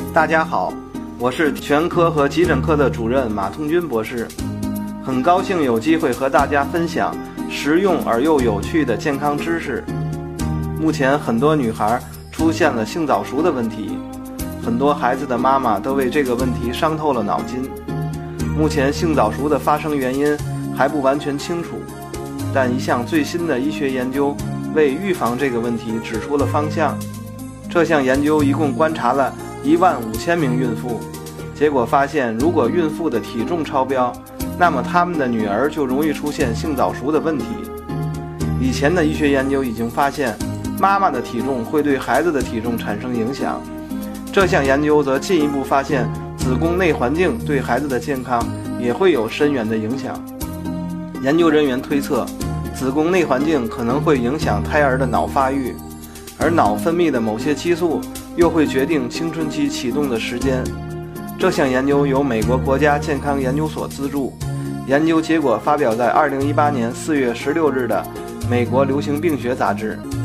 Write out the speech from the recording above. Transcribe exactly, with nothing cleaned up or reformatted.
大家好，我是全科和急诊科的主任马通军博士，很高兴有机会和大家分享实用而又有趣的健康知识。目前很多女孩出现了性早熟的问题，很多孩子的妈妈都为这个问题伤透了脑筋。目前性早熟的发生原因还不完全清楚，但一项最新的医学研究为预防这个问题指出了方向。这项研究一共观察了一万五千名孕妇，结果发现，如果孕妇的体重超标，那么她们的女儿就容易出现性早熟的问题。以前的医学研究已经发现，妈妈的体重会对孩子的体重产生影响。这项研究则进一步发现，子宫内环境对孩子的健康也会有深远的影响。研究人员推测，子宫内环境可能会影响胎儿的脑发育，而脑分泌的某些激素又会决定青春期启动的时间。这项研究由美国国家健康研究所资助，研究结果发表在二零一八年四月十六日的美国流行病学杂志。